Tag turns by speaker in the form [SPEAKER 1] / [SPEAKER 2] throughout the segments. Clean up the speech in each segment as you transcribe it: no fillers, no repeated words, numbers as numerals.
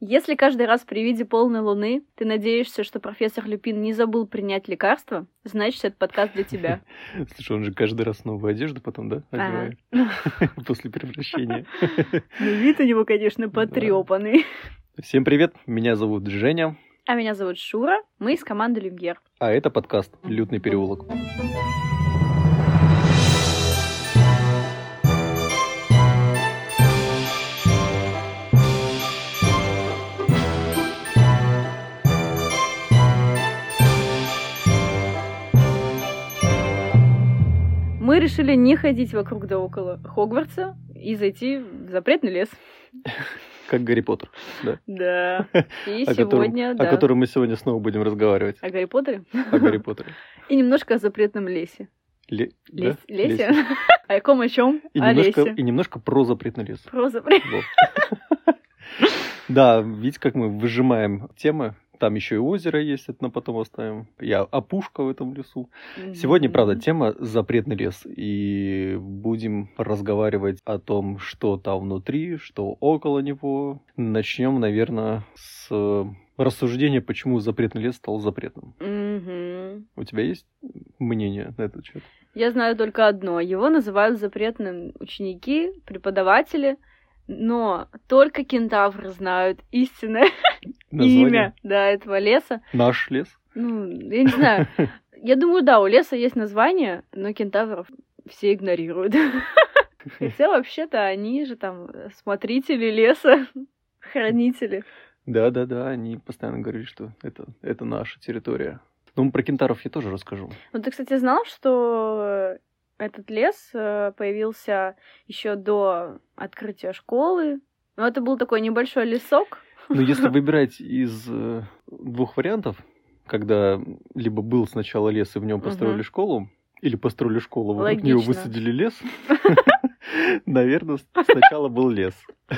[SPEAKER 1] Если каждый раз при виде полной луны ты надеешься, что профессор Люпин не забыл принять лекарство, значит, этот подкаст для тебя.
[SPEAKER 2] Слушай, он же каждый раз новую одежду потом, да, одевает? После превращения.
[SPEAKER 1] Ну, вид у него, конечно, потрепанный.
[SPEAKER 2] Всем привет, меня зовут Женя.
[SPEAKER 1] А меня зовут Шура, мы из команды Люмьер.
[SPEAKER 2] А это подкаст «Лютный переулок».
[SPEAKER 1] Мы решили не ходить вокруг да около Хогвартса и зайти в запретный лес.
[SPEAKER 2] Как Гарри Поттер, да?
[SPEAKER 1] Да. И
[SPEAKER 2] о
[SPEAKER 1] сегодня,
[SPEAKER 2] о котором мы сегодня снова будем разговаривать.
[SPEAKER 1] О Гарри Поттере?
[SPEAKER 2] О Гарри Поттере.
[SPEAKER 1] И немножко о запретном лесе.
[SPEAKER 2] Лесе?
[SPEAKER 1] О ком, о чем? О лесе.
[SPEAKER 2] И немножко про запретный лес.
[SPEAKER 1] Про запретный.
[SPEAKER 2] Да, видите, как мы выжимаем темы. Там еще и озеро есть, это на потом оставим. Я опушка в этом лесу. Сегодня, правда, тема запретный лес. И будем разговаривать о том, что там внутри, что около него. Начнем, наверное, с рассуждения, почему запретный лес стал запретным. У тебя есть мнение на этот счет? Я
[SPEAKER 1] знаю только одно. Его называют запретным ученики, преподаватели. Но только кентавры знают истинное имя этого леса.
[SPEAKER 2] Наш лес?
[SPEAKER 1] Ну, я не знаю. Я думаю, да, у леса есть название, но кентавров все игнорируют. Хотя вообще-то они же там смотрители леса, хранители.
[SPEAKER 2] Да, они постоянно говорят, что это наша территория. Ну, про кентавров я тоже расскажу.
[SPEAKER 1] Ну, ты, кстати, знал, что этот лес появился еще до открытия школы. Но это был такой небольшой лесок.
[SPEAKER 2] Ну, если выбирать из двух вариантов, когда либо был сначала лес, и в нем построили школу, или построили школу, вокруг нее высадили лес, наверное, сначала был лес.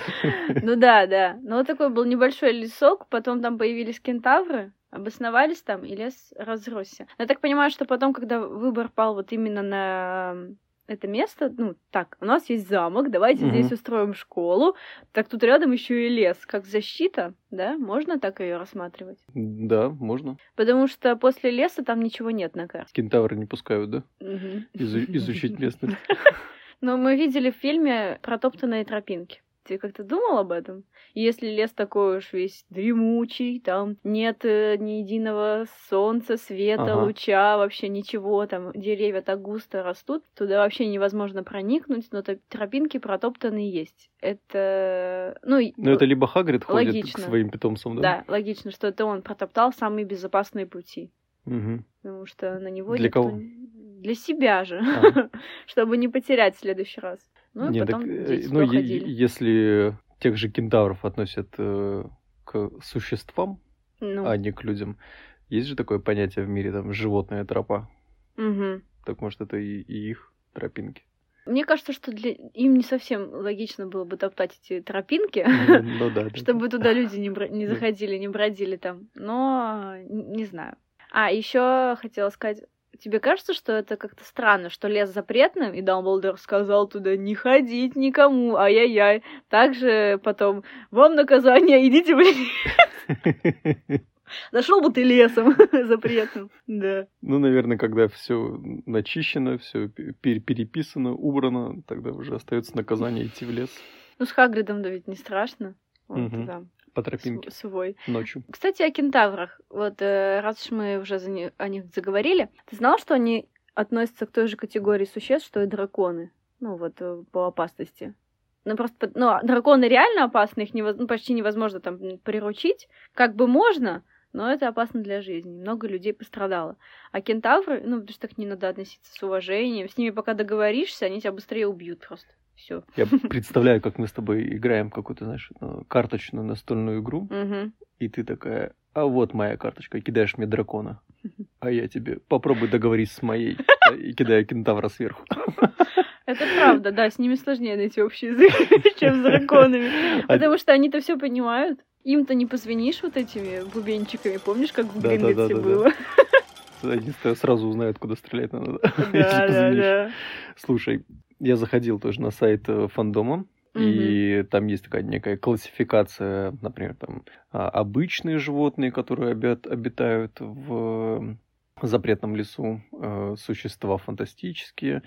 [SPEAKER 1] Ну да. Но вот такой был небольшой лесок, потом там появились кентавры, обосновались там, и лес разросся. Но я так понимаю, что потом, когда выбор пал вот именно на это место, ну, так, у нас есть замок, давайте здесь устроим школу, так тут рядом еще и лес, как защита, да? Можно так ее рассматривать?
[SPEAKER 2] Да, можно.
[SPEAKER 1] Потому что после леса там ничего нет на карте.
[SPEAKER 2] Кентавры не пускают, да? Изучить местность.
[SPEAKER 1] Но мы видели в фильме «Протоптанные тропинки». Ты как-то думал об этом? Если лес такой уж весь дремучий, там нет ни единого солнца, света, луча, вообще ничего, там деревья так густо растут, туда вообще невозможно проникнуть, но тропинки протоптанные есть. Это... Ну,
[SPEAKER 2] это либо Хагрид ходит к своим питомцам, да?
[SPEAKER 1] Да, логично, что это он протоптал самые безопасные пути. Потому что на него
[SPEAKER 2] Для кого?
[SPEAKER 1] Для себя же, чтобы не потерять в следующий раз. Ну, и потом дети ходили.
[SPEAKER 2] Если тех же кентавров относят к существам, а не к людям, есть же такое понятие в мире, там, животная тропа. Так может, это и их тропинки?
[SPEAKER 1] Мне кажется, что им не совсем логично было бы топтать эти тропинки, чтобы туда люди не заходили, не бродили там. Но не знаю. А еще хотела сказать... Тебе кажется, что это как-то странно, что лес запретным, и Дамблдор сказал туда не ходить никому, ай-яй-яй. Также потом, вам наказание, идите в лес. Зашел бы ты лесом запретным. Да.
[SPEAKER 2] Ну, наверное, когда все начищено, все переписано, убрано, тогда уже остается наказание идти в лес.
[SPEAKER 1] Ну, с Хагридом, да, ведь не страшно.
[SPEAKER 2] По тропинке.
[SPEAKER 1] Свой.
[SPEAKER 2] Ночью.
[SPEAKER 1] Кстати, о кентаврах. Вот раз уж мы уже о них заговорили, ты знал, что они относятся к той же категории существ, что и драконы? Ну, вот по опасности. Ну, просто, драконы реально опасны, их почти невозможно там приручить. Как бы можно, но это опасно для жизни. Много людей пострадало. А кентавры, потому что к ним надо относиться с уважением. С ними пока договоришься, они тебя быстрее убьют просто. Всё.
[SPEAKER 2] Я представляю, как мы с тобой играем какую-то, знаешь, карточную настольную игру, и ты такая, а вот моя карточка, и кидаешь мне дракона, а я тебе попробуй договорись с моей, и кидаю кентавра сверху.
[SPEAKER 1] Это правда, да, с ними сложнее найти общий язык, чем с драконами, потому что они-то все понимают. Им-то не позвонишь вот этими бубенчиками, помнишь, как в Гринготте было?
[SPEAKER 2] Они сразу узнают, куда стрелять надо.
[SPEAKER 1] Да.
[SPEAKER 2] Слушай, я заходил тоже на сайт фандома, И там есть такая некая классификация, например, там обычные животные, которые обитают в запретном лесу, существа фантастические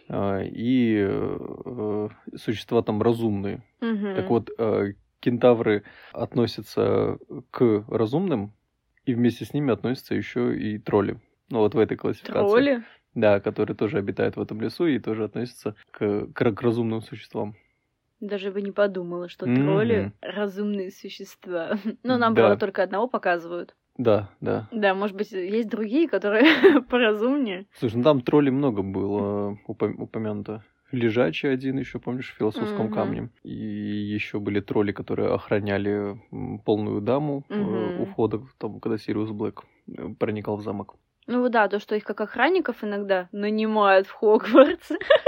[SPEAKER 2] и существа там разумные. Так вот, кентавры относятся к разумным, и вместе с ними относятся еще и тролли. Ну вот в этой классификации.
[SPEAKER 1] Тролли?
[SPEAKER 2] Да, которые тоже обитают в этом лесу и тоже относятся к разумным существам.
[SPEAKER 1] Даже бы не подумала, что тролли разумные существа. Ну, нам, правда, только одного показывают.
[SPEAKER 2] Да, да.
[SPEAKER 1] Да, может быть, есть другие, которые поразумнее.
[SPEAKER 2] Слушай, ну там троллей много было упомянуто. Лежачий один еще, помнишь, в «Философском камне». И еще были тролли, которые охраняли полную даму у входа, там, когда Сириус Блэк проникал в замок.
[SPEAKER 1] Ну да, то, что их как охранников иногда нанимают в Хогвартс.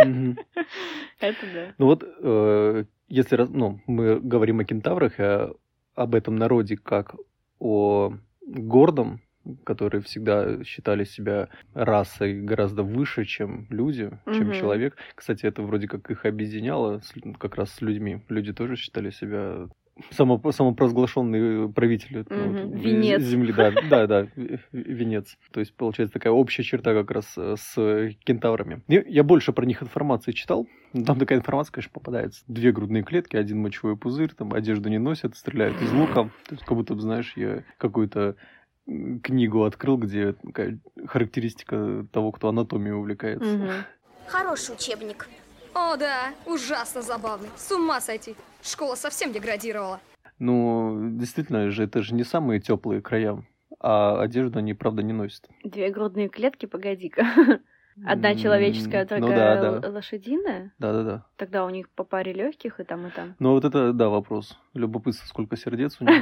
[SPEAKER 1] Это да.
[SPEAKER 2] Ну вот, если мы говорим о кентаврах и об этом народе как о гордом, которые всегда считали себя расой гораздо выше, чем люди, чем человек. Кстати, это вроде как их объединяло как раз с людьми. Люди тоже считали себя самопровозглашенные правители
[SPEAKER 1] венец.
[SPEAKER 2] Земли. Да, венец. То есть, получается, такая общая черта как раз с кентаврами. Я больше про них информации читал. Там такая информация, конечно, попадается. 2 грудные клетки, 1 мочевой пузырь, там одежду не носят, стреляют из лука. То есть, как будто, знаешь, я какую-то книгу открыл, где такая характеристика того, кто анатомией увлекается.
[SPEAKER 3] Хороший учебник.
[SPEAKER 4] О, да, ужасно забавный. С ума сойти. Школа совсем деградировала.
[SPEAKER 2] Ну, действительно же, это же не самые теплые края, а одежду они, правда, не носят.
[SPEAKER 1] 2 грудные клетки, погоди-ка. Одна человеческая, другая лошадиная?
[SPEAKER 2] Да.
[SPEAKER 1] Тогда у них по паре легких и там, и там.
[SPEAKER 2] Ну, вот это, да, вопрос. Любопытно, сколько сердец у них.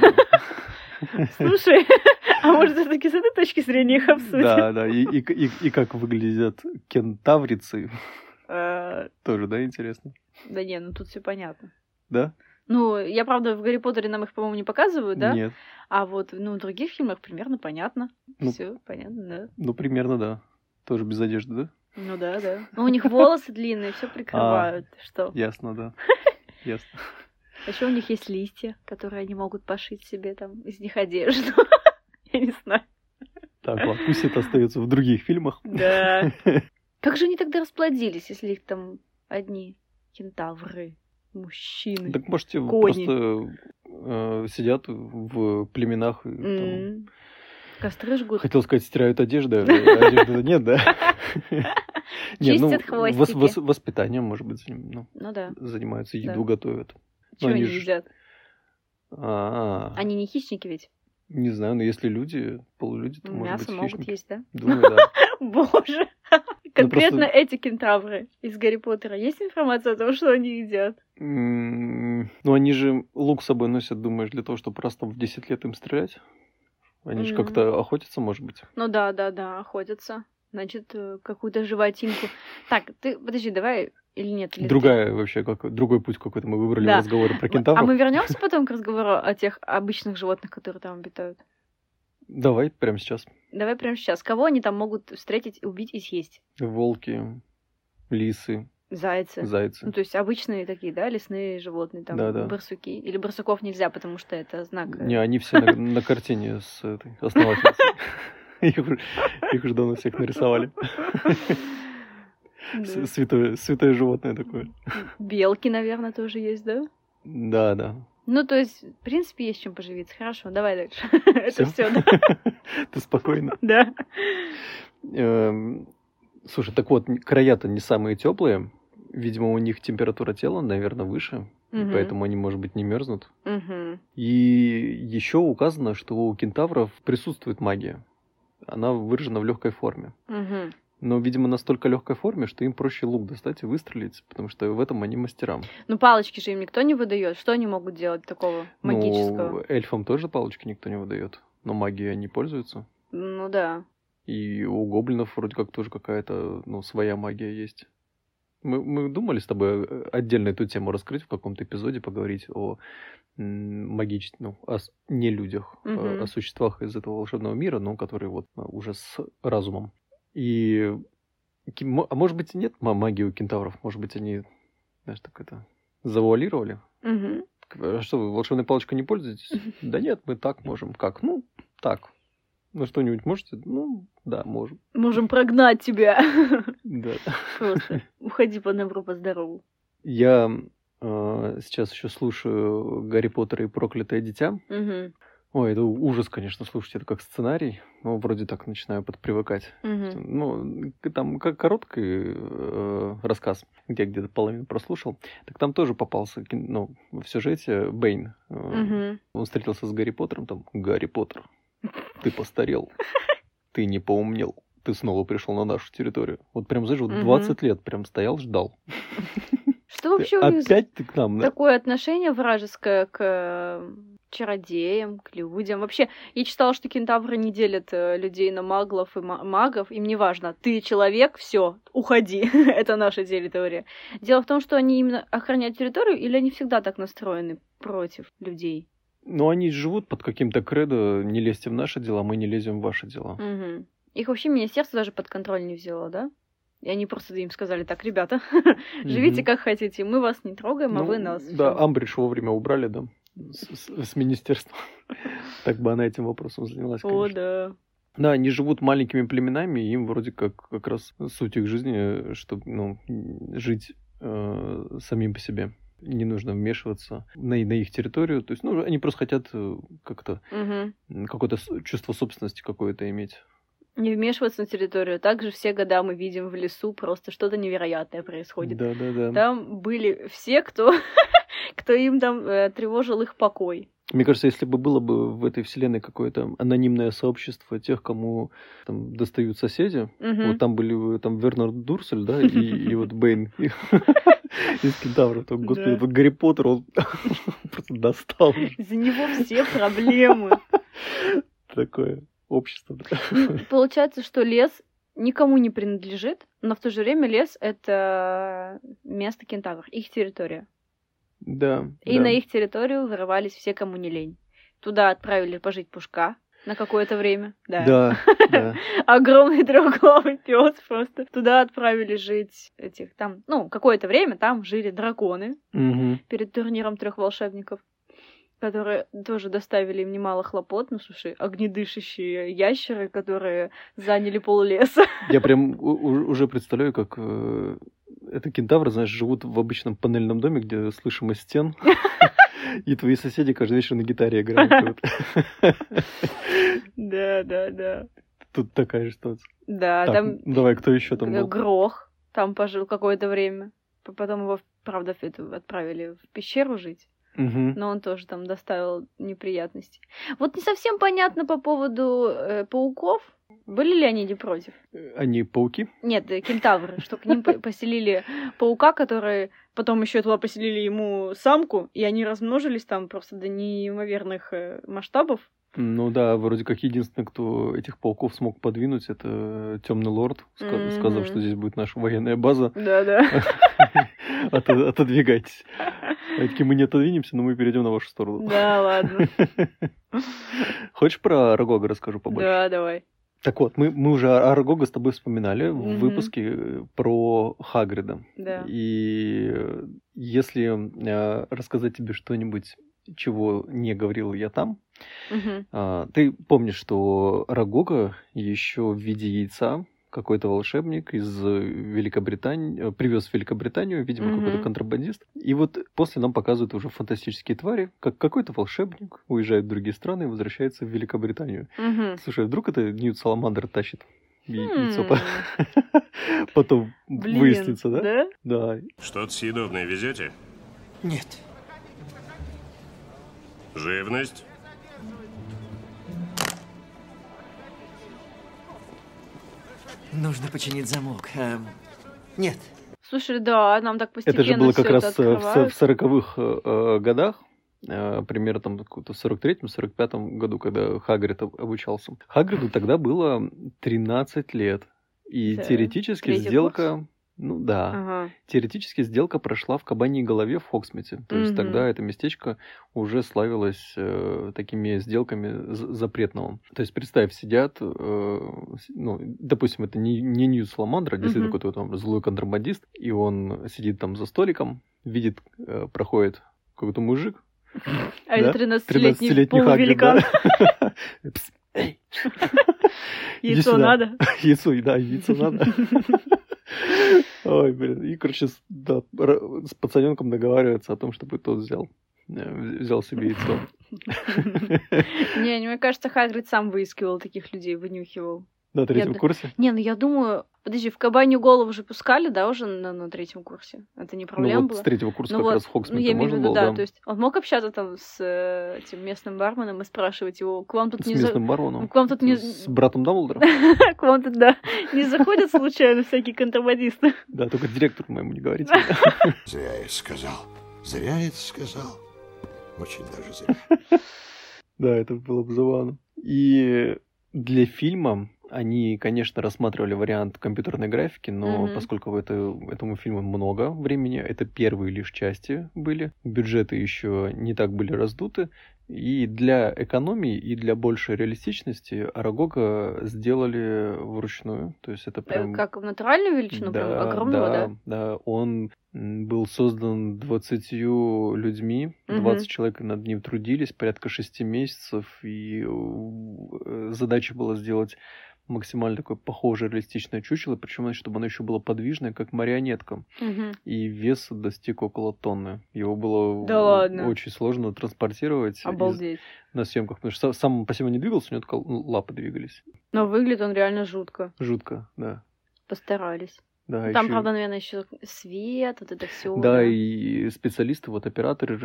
[SPEAKER 1] Слушай, а может, все-таки с этой точки зрения их обсудим?
[SPEAKER 2] Да, и как выглядят кентаврицы. Тоже, да, интересно?
[SPEAKER 1] Да не, ну тут все понятно.
[SPEAKER 2] Да?
[SPEAKER 1] Ну, я, правда, в «Гарри Поттере» нам их, по-моему, не показывают, да?
[SPEAKER 2] Нет.
[SPEAKER 1] А вот, в других фильмах примерно понятно. Все понятно, да.
[SPEAKER 2] Ну, примерно, да. Тоже без одежды, да?
[SPEAKER 1] Ну да. Ну, у них волосы длинные, все прикрывают. Что?
[SPEAKER 2] Ясно, да. Ясно.
[SPEAKER 1] А еще у них есть листья, которые они могут пошить себе там из них одежду. Я не знаю.
[SPEAKER 2] Так, ладно, пусть это остается в других фильмах.
[SPEAKER 1] Да. Как же они тогда расплодились, если их там одни кентавры, мужчины,
[SPEAKER 2] так, может,
[SPEAKER 1] кони.
[SPEAKER 2] Просто сидят в племенах.
[SPEAKER 1] Костры жгут.
[SPEAKER 2] Хотел сказать, стирают одежду, а одежды нет, да?
[SPEAKER 1] Чистят хвостики.
[SPEAKER 2] Воспитанием, может быть, занимаются, еду готовят.
[SPEAKER 1] Чего они едят? Они не хищники ведь?
[SPEAKER 2] Не знаю, но если люди, полулюди, то, может быть,
[SPEAKER 1] мясо могут есть, да?
[SPEAKER 2] Думаю, да.
[SPEAKER 1] Боже! Конкретно эти кентавры из «Гарри Поттера». Есть информация о том, что они едят?
[SPEAKER 2] Ну, они же лук с собой носят, думаешь, для того, чтобы раз там в 10 лет им стрелять? Они же как-то охотятся, может быть?
[SPEAKER 1] Ну да, охотятся. Значит, какую-то животинку. Так, ты, подожди, давай или нет? Или
[SPEAKER 2] другой путь какой-то мы выбрали в разговоре про кентавров.
[SPEAKER 1] А мы вернемся потом к разговору о тех обычных животных, которые там обитают?
[SPEAKER 2] Давай прямо сейчас.
[SPEAKER 1] Кого они там могут встретить, убить и съесть?
[SPEAKER 2] Волки, лисы.
[SPEAKER 1] Зайцы.
[SPEAKER 2] Ну,
[SPEAKER 1] то есть обычные такие, да, лесные животные, там, барсуки. Или барсуков нельзя, потому что это знак...
[SPEAKER 2] Не, они все на картине с этой основательницей. Их уже давно всех нарисовали. Святое животное такое.
[SPEAKER 1] Белки, наверное, тоже есть, да?
[SPEAKER 2] Да.
[SPEAKER 1] Ну, то есть, в принципе, есть чем поживиться. Хорошо, давай дальше. Это все, да?
[SPEAKER 2] Ты спокойно?
[SPEAKER 1] Да.
[SPEAKER 2] Слушай, так вот, края-то не самые теплые. Видимо, у них температура тела, наверное, выше. Поэтому они, может быть, не мерзнут. И еще указано, что у кентавров присутствует магия. Она выражена в легкой форме. Но, видимо, настолько легкой форме, что им проще лук достать и выстрелить, потому что в этом они мастера.
[SPEAKER 1] Ну, палочки же им никто не выдает. Что они могут делать такого магического?
[SPEAKER 2] Ну, эльфам тоже палочки никто не выдает. Но магией они пользуются.
[SPEAKER 1] Ну да.
[SPEAKER 2] И у гоблинов вроде как тоже какая-то, своя магия есть. Мы думали с тобой отдельно эту тему раскрыть в каком-то эпизоде, поговорить о о нелюдях, о существах из этого волшебного мира, но которые вот уже с разумом. А может быть, нет магии у кентавров? Может быть, они, знаешь, так это завуалировали.
[SPEAKER 1] Мгм.
[SPEAKER 2] А что, вы волшебной палочкой не пользуетесь? Да нет, мы так можем. Как? Ну, так. Вы что-нибудь можете? Ну, да, можем.
[SPEAKER 1] Можем прогнать тебя.
[SPEAKER 2] Да.
[SPEAKER 1] Просто уходи по добру, по здорову.
[SPEAKER 2] Я сейчас еще слушаю «Гарри Поттер и проклятое дитя».
[SPEAKER 1] Мгм.
[SPEAKER 2] Ой, это ужас, конечно, слушать это как сценарий. Но вроде так начинаю подпривыкать.
[SPEAKER 1] Мгм.
[SPEAKER 2] Ну, там как короткий рассказ, где я где-то половину прослушал. Так там тоже попался, ну, в сюжете Бэйн.
[SPEAKER 1] Мгм.
[SPEAKER 2] Он встретился с Гарри Поттером, там, Гарри Поттер, ты постарел, ты не поумнел, ты снова пришел на нашу территорию. Вот прям, знаешь, вот
[SPEAKER 1] Мгм.
[SPEAKER 2] 20 лет прям стоял, ждал.
[SPEAKER 1] Что вообще у них
[SPEAKER 2] Опять ты к нам, да?
[SPEAKER 1] такое отношение вражеское к чародеям, к людям? Вообще, я читала, что кентавры не делят людей на маглов и магов. Им не важно, ты человек, все, уходи, это наша территория. Дело в том, что они именно охраняют территорию, или они всегда так настроены против людей?
[SPEAKER 2] Но они живут под каким-то кредо, не лезьте в наши дела, мы не лезем в ваши дела.
[SPEAKER 1] Мгм. Их вообще министерство даже под контроль не взяло, да? И они просто им сказали: так, ребята, живите
[SPEAKER 2] Мгм.
[SPEAKER 1] как хотите, мы вас не трогаем, а
[SPEAKER 2] Ну,
[SPEAKER 1] вы нас.
[SPEAKER 2] да,
[SPEAKER 1] Всё.
[SPEAKER 2] Амбридж вовремя убрали, да, с министерства. Так бы она этим вопросом занялась,
[SPEAKER 1] О,
[SPEAKER 2] конечно.
[SPEAKER 1] да.
[SPEAKER 2] Да, они живут маленькими племенами, и им вроде как раз суть их жизни, чтобы, ну, жить самим по себе. Не нужно вмешиваться на их территорию. То есть, ну, они просто хотят как-то
[SPEAKER 1] Мгм.
[SPEAKER 2] какое-то чувство собственности какое-то иметь.
[SPEAKER 1] Не вмешиваться на территорию. Также все года мы видим в лесу просто что-то невероятное происходит.
[SPEAKER 2] Да.
[SPEAKER 1] Там были все, кто, кто им там тревожил их покой.
[SPEAKER 2] Мне кажется, если бы было бы в этой вселенной какое-то анонимное сообщество тех, кому там достают соседи,
[SPEAKER 1] Мгм.
[SPEAKER 2] вот там были бы там Вернер Дурсель, да, и вот Бэйн из Кентавра. Господи,
[SPEAKER 1] Да.
[SPEAKER 2] вот Гарри Поттер, он просто достал
[SPEAKER 1] Из-за него все проблемы.
[SPEAKER 2] такое общество. Да.
[SPEAKER 1] Получается, что лес никому не принадлежит, но в то же время лес — это место кентавров, их территория.
[SPEAKER 2] Да.
[SPEAKER 1] И на их территорию вырывались все, кому не лень. Туда отправили пожить Пушка на какое-то время. Да.
[SPEAKER 2] Да.
[SPEAKER 1] Огромный трехглавый пес просто. Туда отправили жить этих там, ну, какое-то время там жили драконы
[SPEAKER 2] Мгм.
[SPEAKER 1] перед турниром 3 волшебников, которые тоже доставили им немало хлопот. Ну, слушай, огнедышащие ящеры, которые заняли пол-леса.
[SPEAKER 2] Я прям уже представляю, как это кентавры, знаешь, живут в обычном панельном доме, где слышим из стен, и твои соседи каждый вечер на гитаре играют.
[SPEAKER 1] Да.
[SPEAKER 2] Тут такая же ситуация.
[SPEAKER 1] Да,
[SPEAKER 2] Так,
[SPEAKER 1] там
[SPEAKER 2] давай, кто еще там был?
[SPEAKER 1] Грох там пожил какое-то время. Потом его, правда, отправили в пещеру жить.
[SPEAKER 2] Мгм.
[SPEAKER 1] Но он тоже там доставил неприятностей. Вот не совсем понятно по поводу пауков. Были ли они не против?
[SPEAKER 2] Они пауки?
[SPEAKER 1] Нет, кентавры, что к ним поселили паука, который потом еще туда поселили ему самку, и они размножились там просто до неимоверных масштабов.
[SPEAKER 2] Ну да, вроде как единственный, кто этих пауков смог подвинуть, это Темный Лорд, сказав, что здесь будет наша военная база.
[SPEAKER 1] Да.
[SPEAKER 2] Отодвигайтесь. Они такие, мы не отодвинемся, но мы перейдем на вашу сторону.
[SPEAKER 1] Да, ладно.
[SPEAKER 2] Хочешь про Арагога расскажу побольше?
[SPEAKER 1] Да, давай.
[SPEAKER 2] Так вот, мы уже Арагога с тобой вспоминали в
[SPEAKER 1] Мгм.
[SPEAKER 2] выпуске про Хагрида.
[SPEAKER 1] Да.
[SPEAKER 2] И если рассказать тебе что-нибудь, чего не говорил я там,
[SPEAKER 1] Мгм.
[SPEAKER 2] ты помнишь, что Арагога еще в виде яйца какой-то волшебник из Великобритании привез в Великобританию, видимо,
[SPEAKER 1] Мгм.
[SPEAKER 2] какой-то контрабандист. И вот после нам показывают уже фантастические твари, как какой-то волшебник уезжает в другие страны и возвращается в Великобританию.
[SPEAKER 1] Мгм.
[SPEAKER 2] Слушай, вдруг это Ньют Саламандр тащит яйцо?
[SPEAKER 1] М.
[SPEAKER 2] Потом
[SPEAKER 1] Блин,
[SPEAKER 2] выяснится, да?
[SPEAKER 1] Да?
[SPEAKER 2] Да.
[SPEAKER 5] Что-то съедобное везете?
[SPEAKER 6] Нет.
[SPEAKER 5] Живность?
[SPEAKER 6] Нужно починить замок. Нет.
[SPEAKER 1] Слушай, да, нам так постепенно
[SPEAKER 2] Это же было как
[SPEAKER 1] всё
[SPEAKER 2] раз
[SPEAKER 1] это
[SPEAKER 2] в
[SPEAKER 1] открывают.
[SPEAKER 2] 40-х годах, примерно там в 43-45 году, когда Хагрид обучался. Хагриду тогда было 13 лет. И
[SPEAKER 1] Да.
[SPEAKER 2] теоретически
[SPEAKER 1] Третий
[SPEAKER 2] сделка... Ну да.
[SPEAKER 1] Ага.
[SPEAKER 2] Теоретически сделка прошла в Кабаньей голове в Хоксмите. То есть
[SPEAKER 1] Мгм.
[SPEAKER 2] тогда это местечко уже славилось такими сделками запретного. То есть представь, сидят, ну, допустим, это не Ньют Саламандр, а действительно
[SPEAKER 1] Мгм.
[SPEAKER 2] какой-то там злой контрабандист, и он сидит там за столиком, видит, проходит какой-то мужик.
[SPEAKER 1] А это 13-летний полувеликан. Яйцо надо?
[SPEAKER 2] Яйцо надо. Ой, блин. И, короче, да, с пацаненком договаривается о том, чтобы тот взял себе яйцо.
[SPEAKER 1] Не, мне кажется, Хагрид сам выискивал таких людей, вынюхивал.
[SPEAKER 2] На третьем курсе?
[SPEAKER 1] Не, ну я думаю... Подожди, в кабанью голову же пускали, да, уже на третьем курсе? Это не проблема была?
[SPEAKER 2] С третьего курса как раз Хогсмита можно было,
[SPEAKER 1] да. То есть он мог общаться там с этим местным барменом и спрашивать его, к вам тут
[SPEAKER 2] не... С местным бароном?
[SPEAKER 1] К вам тут не...
[SPEAKER 2] С братом Дамблдором?
[SPEAKER 1] К вам тут, да, не заходят случайно всякие контрабандисты?
[SPEAKER 2] Да, только директору моему не говорите.
[SPEAKER 7] Зря я это сказал. Очень даже зря.
[SPEAKER 2] Да, это было бы забавно. И для фильма они, конечно, рассматривали вариант компьютерной графики, но поскольку этому фильму много времени, это первые лишь части были, бюджеты еще не так были раздуты, и для экономии и для большей реалистичности Арагога сделали вручную. То есть это прям...
[SPEAKER 1] Как в натуральную величину?
[SPEAKER 2] Да,
[SPEAKER 1] прям огромного, да?
[SPEAKER 2] Да, он был создан 20 людьми, 20 человек над ним трудились, порядка 6 месяцев, и задача была сделать максимально такое похожее реалистичное чучело, причем, чтобы оно еще было подвижное, как марионетка. И вес достиг около тонны. Его было очень сложно транспортировать.
[SPEAKER 1] Обалдеть.
[SPEAKER 2] На съемках, потому что сам по себе не двигался, у него только лапы двигались.
[SPEAKER 1] Но выглядит он реально жутко.
[SPEAKER 2] Жутко, да.
[SPEAKER 1] Постарались.
[SPEAKER 2] Да,
[SPEAKER 1] там, правда, наверное, еще свет, вот это все.
[SPEAKER 2] Да, и специалисты, вот операторы,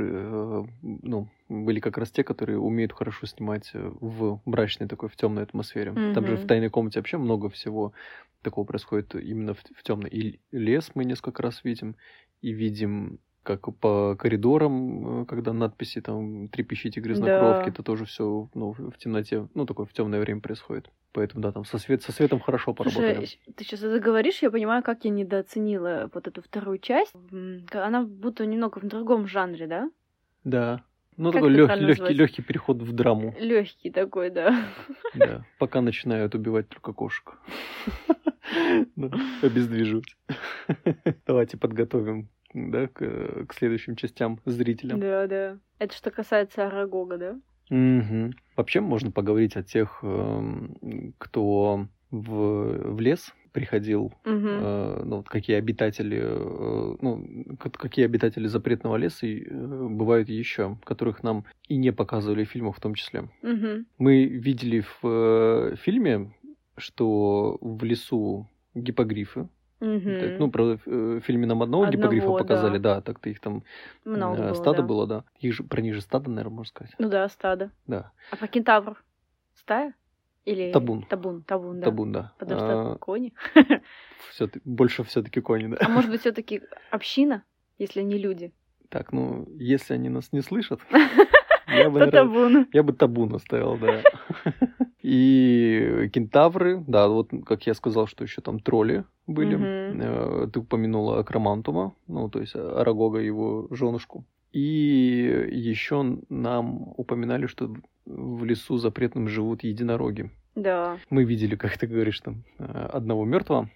[SPEAKER 2] были как раз те, которые умеют хорошо снимать в мрачной такой, в темной атмосфере. Там же в «Тайной комнате» вообще много всего такого происходит именно в темной. И лес мы несколько раз видим, и видим, как по коридорам, когда надписи там «Трепещите грязнокровки», это тоже все в темноте, такое в темное время происходит. Поэтому, да, там со светом хорошо поработали.
[SPEAKER 1] Слушай, ты сейчас это говоришь, я понимаю, как я недооценила вот эту вторую часть. Она будто немного в другом жанре, да?
[SPEAKER 2] Да. Такой легкий переход в драму.
[SPEAKER 1] Легкий такой, да.
[SPEAKER 2] Да. Пока начинают убивать только кошек. Обездвиживать. Давайте подготовим, да, к следующим частям зрителям.
[SPEAKER 1] Да. Это что касается Арагога, да?
[SPEAKER 2] Вообще можно поговорить о тех, кто в лес приходил, какие обитатели запретного леса бывают еще, которых нам и не показывали в фильмах в том числе. Мы видели в фильме, что в лесу гиппогрифы. Правда, в фильме нам одного гиппогрифа показали, да, так-то их там много стадо было, да. Про них же стадо, наверное, можно сказать.
[SPEAKER 1] Ну да, стадо.
[SPEAKER 2] Да.
[SPEAKER 1] А про кентавров? Стая? Или...
[SPEAKER 2] Табун,
[SPEAKER 1] да.
[SPEAKER 2] Табун, да.
[SPEAKER 1] Потому что кони.
[SPEAKER 2] Больше все-таки кони, да.
[SPEAKER 1] А может быть, все-таки община, если не люди?
[SPEAKER 2] Так, если они нас не слышат,
[SPEAKER 1] я
[SPEAKER 2] бы табун оставил, да. И кентавры, да, вот как я сказал, что еще там тролли были. Ты упомянула Акромантума, то есть Арагога, его женушку. И еще нам упоминали, что в лесу запретном живут единороги.
[SPEAKER 1] Да.
[SPEAKER 2] Мы видели, как ты говоришь, там одного мертвого.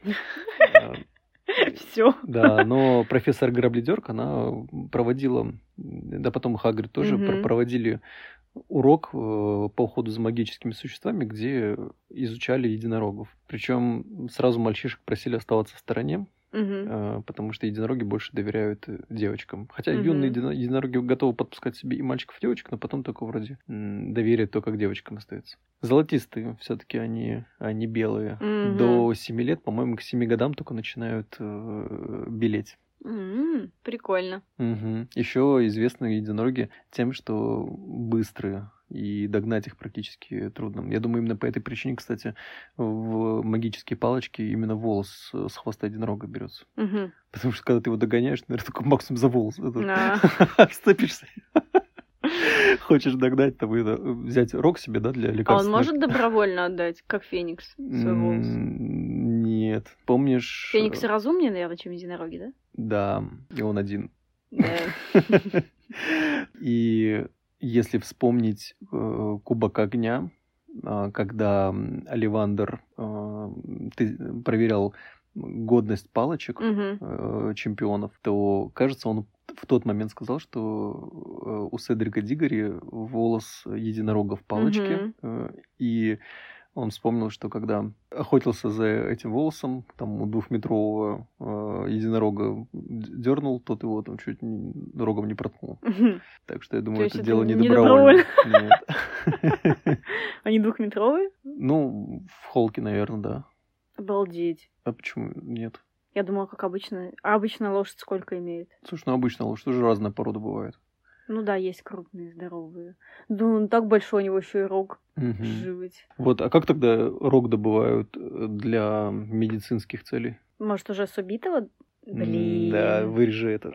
[SPEAKER 1] Все.
[SPEAKER 2] Да, но профессор Грабледёрк, она проводила, да потом Хагрид тоже проводили урок по уходу за магическими существами, где изучали единорогов. Причем сразу мальчишек просили оставаться в стороне, потому что единороги больше доверяют девочкам. Хотя юные единороги готовы подпускать себе и мальчиков, и девочек, но потом только вроде доверие только к девочкам остается. Золотистые все-таки они белые. До 7 лет, по-моему, к 7 годам только начинают белеть.
[SPEAKER 1] Прикольно.
[SPEAKER 2] Еще известны единороги тем, что быстрые, и догнать их практически трудно. Я думаю, именно по этой причине, кстати, в магические палочки именно волос с хвоста единорога берется. Потому что когда ты его догоняешь, наверное, только максимум за волос сцепишься. Хочешь догнать, там, взять рог себе, да, для лекарства.
[SPEAKER 1] А он может добровольно отдать, как Феникс, свой волос?
[SPEAKER 2] Нет. Помнишь...
[SPEAKER 1] Фениксы разумнее, наверное, чем единороги, да?
[SPEAKER 2] Да, и он один.
[SPEAKER 1] Да.
[SPEAKER 2] И если вспомнить Кубок огня, когда Оливандер проверял годность палочек чемпионов, то, кажется, он в тот момент сказал, что у Седрика Диггори волос единорога в палочке, и он вспомнил, что когда охотился за этим волосом, там у 2-метрового единорога дернул, тот его там чуть рогом не проткнул. Так что я думаю, это дело не добровольно.
[SPEAKER 1] Они 2-метровые?
[SPEAKER 2] Ну, в холке, наверное, да.
[SPEAKER 1] Обалдеть.
[SPEAKER 2] А почему нет?
[SPEAKER 1] Я думала, как обычно. А обычно лошадь сколько имеет?
[SPEAKER 2] Слушай, ну обычно лошадь тоже разная порода бывает.
[SPEAKER 1] Ну да, есть крупные, здоровые. Да, он так большой, у него еще и рог живыть.
[SPEAKER 2] Вот, а как тогда рог добывают для медицинских целей?
[SPEAKER 1] Может, уже с убитого? Блин.
[SPEAKER 2] Да, вырежи это.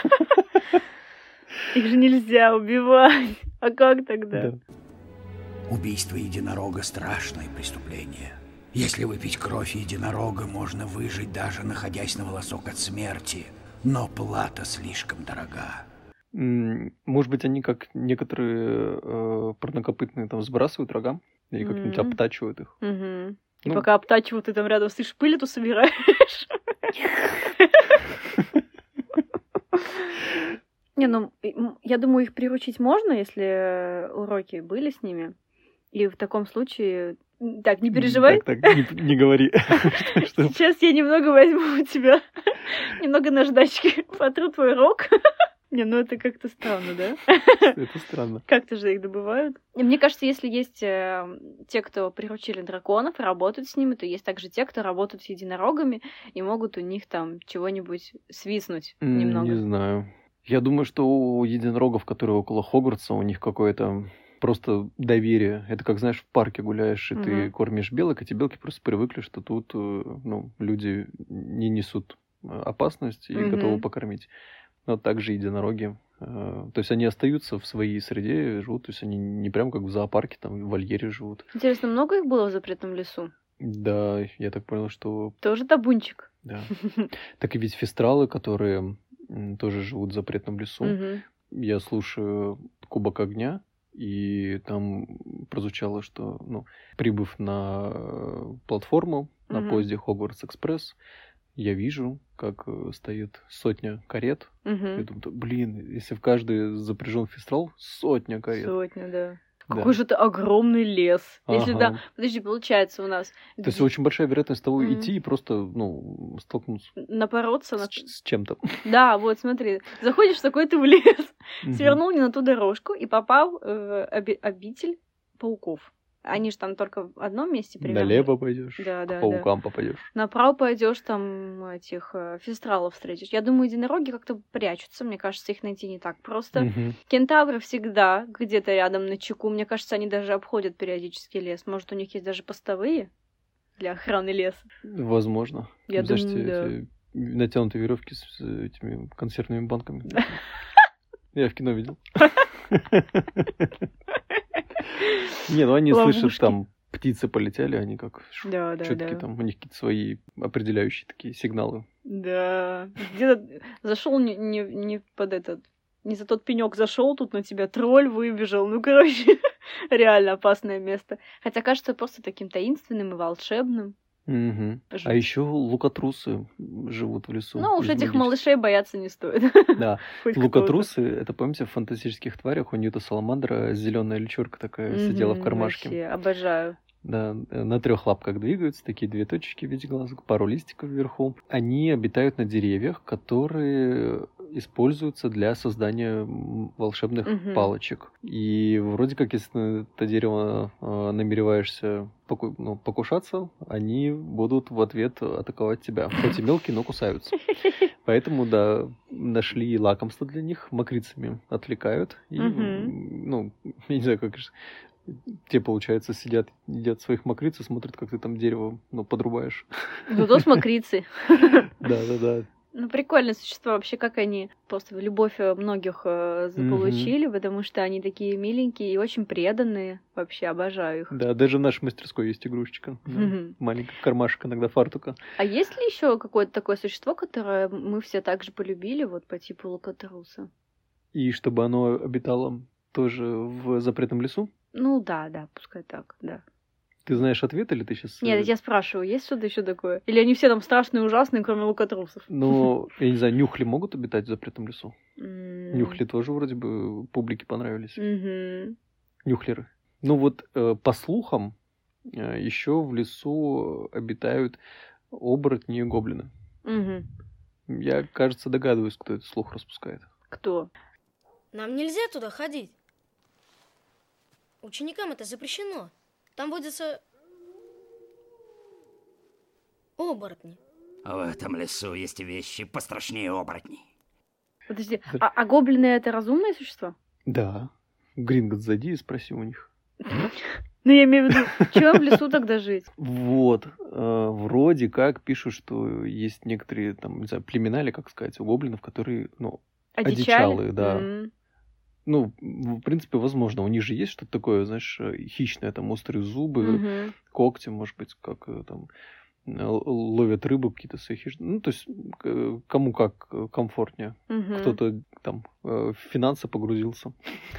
[SPEAKER 1] Их же нельзя убивать. А как тогда?
[SPEAKER 8] Убийство единорога – страшное преступление. Если выпить кровь единорога, можно выжить, даже находясь на волосок от смерти. Но плата слишком дорога.
[SPEAKER 2] Может быть, они, как некоторые парнокопытные, там сбрасывают рога и как-нибудь обтачивают их.
[SPEAKER 1] И пока обтачивают, ты там рядом слышишь, пыль эту собираешь. Не, ну, я думаю, их приручить можно, если уроки были с ними. И в таком случае... Так, не переживай.
[SPEAKER 2] Так, не говори.
[SPEAKER 1] Сейчас я немного возьму у тебя, немного наждачки, потру твой рог. Не, ну это как-то странно, да?
[SPEAKER 2] Это странно.
[SPEAKER 1] Как-то же их добывают. И мне кажется, если есть те, кто приручили драконов и работают с ними, то есть также те, кто работают с единорогами и могут у них там чего-нибудь свистнуть немного.
[SPEAKER 2] Не знаю. Я думаю, что у единорогов, которые около Хогвартса, у них какое-то просто доверие. Это как, знаешь, в парке гуляешь, и ты кормишь белок, эти белки просто привыкли, что тут люди не несут опасность и готовы покормить. Но также единороги. То есть они остаются в своей среде, живут, то есть они не прям как в зоопарке, там в вольере живут.
[SPEAKER 1] Интересно, много их было в запретном лесу?
[SPEAKER 2] Да, я так понял, что...
[SPEAKER 1] Тоже табунчик.
[SPEAKER 2] Да. Так и ведь фестралы, которые тоже живут в запретном лесу. Я слушаю «Кубок огня», и там прозвучало, что, прибыв на платформу, на поезде Хогвартс-экспресс, я вижу, как стоит 100 карет. Я думаю, блин, если в каждый запряжен фестрал, 100 карет.
[SPEAKER 1] 100, да. Какой же это огромный лес. Если да, подожди, получается у нас...
[SPEAKER 2] То есть очень большая вероятность того идти и просто, столкнуться.
[SPEAKER 1] Напороться
[SPEAKER 2] с чем-то.
[SPEAKER 1] Да, вот смотри, заходишь такой ты в лес, свернул не на ту дорожку и попал в обитель пауков. Они же там только в одном месте примерно.
[SPEAKER 2] Налево пойдешь,
[SPEAKER 1] к
[SPEAKER 2] паукам попадешь.
[SPEAKER 1] Направо пойдешь, там этих фестралов встретишь. Я думаю, единороги как-то прячутся. Мне кажется, их найти не так просто. Кентавры всегда где-то рядом на чеку. Мне кажется, они даже обходят периодически лес. Может, у них есть даже постовые для охраны леса.
[SPEAKER 2] Возможно.
[SPEAKER 1] Я думаю,
[SPEAKER 2] эти натянутые веревки с этими консервными банками. Я в кино видел. Не, они слышат, там птицы полетели, они как чёткие, там у них какие-то свои определяющие такие сигналы.
[SPEAKER 1] Да. Где-то зашел не под этот, не за тот пенек зашел, тут на тебя тролль выбежал. Ну, короче, реально опасное место. Хотя кажется просто таким таинственным и волшебным.
[SPEAKER 2] А еще лукотрусы живут в лесу.
[SPEAKER 1] Ну, уж этих малышей бояться не стоит.
[SPEAKER 2] Да. Лукотрусы, это, помните, в фантастических тварях у Ньюта Саламандра зеленая личурка такая сидела в кармашке.
[SPEAKER 1] Вообще, обожаю.
[SPEAKER 2] Да, на 3 лапках двигаются, такие 2 точечки в виде глазок, пару листиков вверху. Они обитают на деревьях, которые используются для создания волшебных палочек. И вроде как, если на это дерево намереваешься покушаться, они будут в ответ атаковать тебя. Хоть и мелкие, но кусаются. Поэтому, да, нашли лакомство для них, мокрицами отвлекают. И, я не знаю, как же... Те, получается, сидят, едят своих мокриц и смотрят, как ты там дерево подрубаешь.
[SPEAKER 1] Зато с мокрицы.
[SPEAKER 2] Да.
[SPEAKER 1] Ну, прикольное существо. Вообще, как они просто любовь многих заполучили, потому что они такие миленькие и очень преданные. Вообще, обожаю их.
[SPEAKER 2] Да, даже в нашей мастерской есть игрушечка. Маленькая кармашек, иногда фартука.
[SPEAKER 1] А есть ли еще какое-то такое существо, которое мы все также полюбили, вот по типу лукотруса?
[SPEAKER 2] И чтобы оно обитало тоже в запретном лесу?
[SPEAKER 1] Ну да, пускай так, да.
[SPEAKER 2] Ты знаешь ответ или ты сейчас...
[SPEAKER 1] Нет, я тебя спрашиваю, есть что-то еще такое? Или они все там страшные и ужасные, кроме лукотрусов?
[SPEAKER 2] Ну, я не знаю, нюхли могут обитать в запретном лесу? Нюхли тоже вроде бы публике понравились. Нюхлеры. Ну вот, по слухам, еще в лесу обитают оборотни и гоблины. Я, кажется, догадываюсь, кто этот слух распускает.
[SPEAKER 1] Кто?
[SPEAKER 3] Нам нельзя туда ходить. Ученикам это запрещено. Там водятся оборотни.
[SPEAKER 8] В этом лесу есть вещи пострашнее оборотней.
[SPEAKER 1] Подожди, а гоблины это разумные существа?
[SPEAKER 2] Да. Гринготт, зайди и спроси у них.
[SPEAKER 1] Ну, я имею в виду, чего в лесу тогда жить?
[SPEAKER 2] Вот. Вроде как пишут, что есть некоторые, там, не знаю, племена, или как сказать, у гоблинов, которые, ну, одичалые, да. Ну, в принципе, возможно. У них же есть что-то такое, знаешь, хищное, там, острые зубы, когти, может быть, как там ловят рыбу, какие-то свои хищные. Ну, то есть, кому как комфортнее. Кто-то там в финансы погрузился.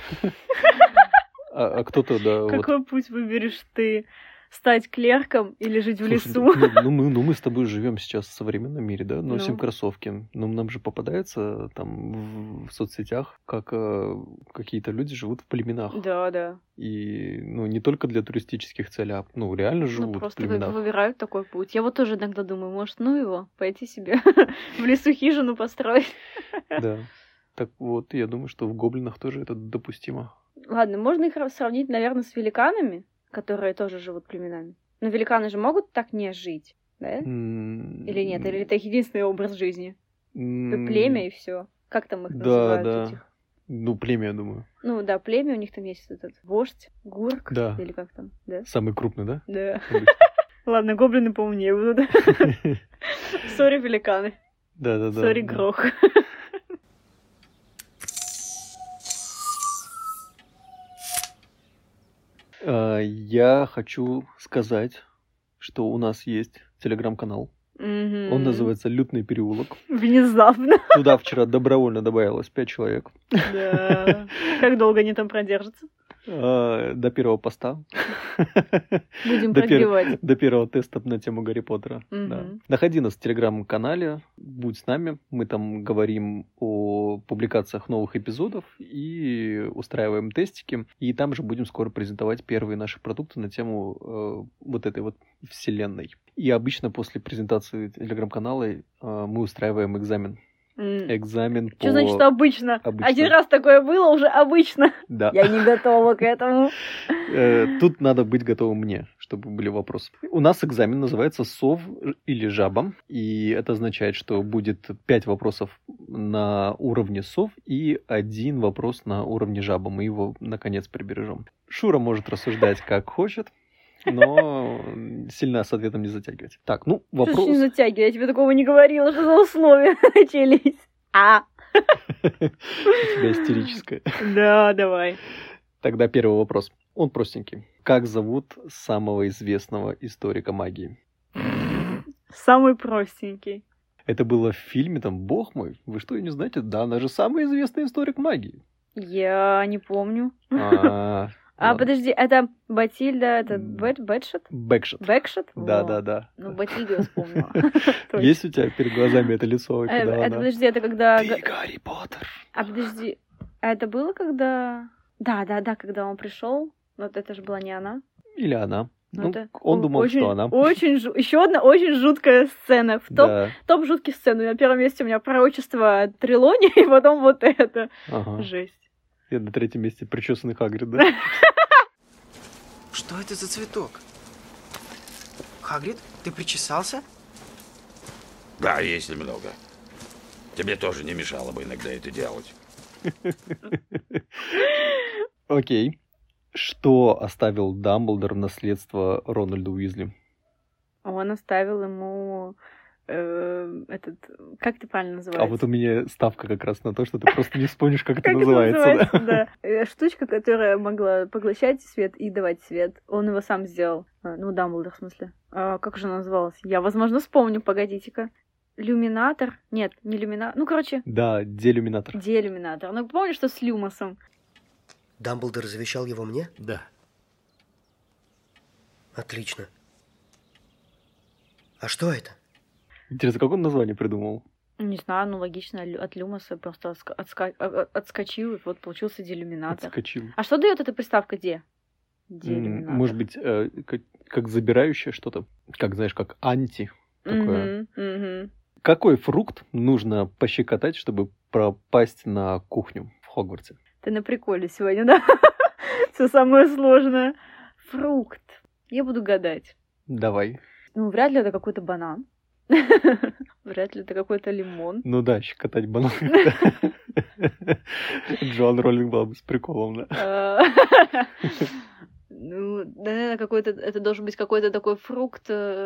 [SPEAKER 2] А кто-то, да...
[SPEAKER 1] Какой путь выберешь ты? Стать клерком или жить в лесу?
[SPEAKER 2] Ну, мы с тобой живем сейчас в современном мире, да? Носим кроссовки. Но нам же попадается там в соцсетях, как какие-то люди живут в племенах.
[SPEAKER 1] Да, да.
[SPEAKER 2] И, ну, не только для туристических целей, а, ну, реально живут в племенах.
[SPEAKER 1] Просто выбирают такой путь. Я вот тоже иногда думаю, может, ну его, пойти себе в лесу хижину построить.
[SPEAKER 2] Да. Так вот, я думаю, что в гоблинах тоже это допустимо.
[SPEAKER 1] Ладно, можно их сравнить, наверное, с великанами, которые тоже живут племенами. Но великаны же могут так не жить, да? Или нет? Или это их единственный образ жизни? Племя и все. Как там их называют?
[SPEAKER 2] Да.
[SPEAKER 1] Этих?
[SPEAKER 2] Ну, племя, я думаю.
[SPEAKER 1] Ну да, племя, у них там есть этот вождь, гурк,
[SPEAKER 2] да.
[SPEAKER 1] Или как там, да?
[SPEAKER 2] Самый крупный, да?
[SPEAKER 1] Да. Ладно, гоблины поумнее будут. Сори, великаны.
[SPEAKER 2] Да.
[SPEAKER 1] Сори, грох.
[SPEAKER 2] Я хочу сказать, что у нас есть телеграм-канал. Он называется «Лютный переулок».
[SPEAKER 1] Внезапно.
[SPEAKER 2] Туда вчера добровольно добавилось 5 человек.
[SPEAKER 1] Да. Как долго они там продержатся?
[SPEAKER 2] До первого поста.
[SPEAKER 1] Будем прогревать.
[SPEAKER 2] До первого теста на тему Гарри Поттера. Да. Находи нас в телеграм-канале, будь с нами. Мы там говорим о публикациях новых эпизодов и устраиваем тестики. И там же будем скоро презентовать первые наши продукты на тему вот этой вот вселенной. И обычно после презентации телеграм-канала мы устраиваем экзамен. Экзамен по...
[SPEAKER 1] Что значит обычно? Один раз такое было, уже обычно.
[SPEAKER 2] Да.
[SPEAKER 1] Я не готова к этому.
[SPEAKER 2] Тут надо быть готовым мне, чтобы были вопросы. У нас экзамен называется «Сов или жаба». И это означает, что будет 5 вопросов на уровне сов и 1 вопрос на уровне жаба. Мы его, наконец, прибережем. Шура может рассуждать, как хочет. Но сильно с ответом не затягивать. Так, ну, вопрос...
[SPEAKER 1] Что ж не затягивать? Я тебе такого не говорила, что за условия начались. У
[SPEAKER 2] тебя истерическое.
[SPEAKER 1] Да, давай.
[SPEAKER 2] Тогда первый вопрос. Он простенький. Как зовут самого известного историка магии?
[SPEAKER 1] Самый простенький.
[SPEAKER 2] Это было в фильме, там, «Бог мой». Вы что, не знаете? Да, она же самый известный историк магии.
[SPEAKER 1] Я не помню. Подожди, это Батильда, это Бэкшот? Бэкшот?
[SPEAKER 2] Да.
[SPEAKER 1] Ну, Батильду я вспомнила.
[SPEAKER 2] Есть у тебя перед глазами это лицо?
[SPEAKER 1] Подожди, это когда...
[SPEAKER 2] Ты Гарри Поттер.
[SPEAKER 1] Подожди, это было когда... Да, когда он пришел. Вот это же была не она.
[SPEAKER 2] Или она. Ну, он думал, что она.
[SPEAKER 1] Еще одна очень жуткая сцена. Топ жутких сцен. На первом месте у меня пророчество Трелони, и потом вот это. Жесть.
[SPEAKER 2] Я на 3-м месте причесанный Хагрид, да?
[SPEAKER 6] Что это за цветок? Хагрид, ты причесался?
[SPEAKER 5] Да, есть немного. Тебе тоже не мешало бы иногда это делать.
[SPEAKER 2] Окей. Что оставил Дамблдор в наследство Рональду Уизли?
[SPEAKER 1] Он оставил ему... как ты правильно называешь?
[SPEAKER 2] А вот у меня ставка как раз на то, что ты просто не вспомнишь, как это называется.
[SPEAKER 1] Да. Штучка, которая могла поглощать свет и давать свет. Он его сам сделал. Ну, Дамблдор, в смысле. Как же она называлась? Я, возможно, вспомню, погодите-ка. Люминатор? Нет, не люминатор. Ну, короче...
[SPEAKER 2] Да, делюминатор.
[SPEAKER 1] Делюминатор. Ну, помнишь, что с Люмосом?
[SPEAKER 9] Дамблдор завещал его мне?
[SPEAKER 8] Да.
[SPEAKER 6] Отлично. А что это?
[SPEAKER 2] Интересно, как он название придумал?
[SPEAKER 1] Не знаю, ну логично, от люмоса просто отскочил, и вот получился делюминатор.
[SPEAKER 2] Отскочил.
[SPEAKER 1] А что дает эта приставка де? Делюминатор.
[SPEAKER 2] Может быть, как забирающее что-то, как, знаешь, как анти такое. Какой фрукт нужно пощекотать, чтобы пропасть на кухню в Хогвартсе?
[SPEAKER 1] Ты на приколе сегодня, да? Все самое сложное. Фрукт. Я буду гадать.
[SPEAKER 2] Давай.
[SPEAKER 1] Ну, вряд ли это какой-то банан. Вряд ли это какой-то лимон.
[SPEAKER 2] Ну да, щекотать банан. Джоан Роллинг была бы с приколом, да.
[SPEAKER 1] Ну, наверное, это должен быть какой-то такой фрукт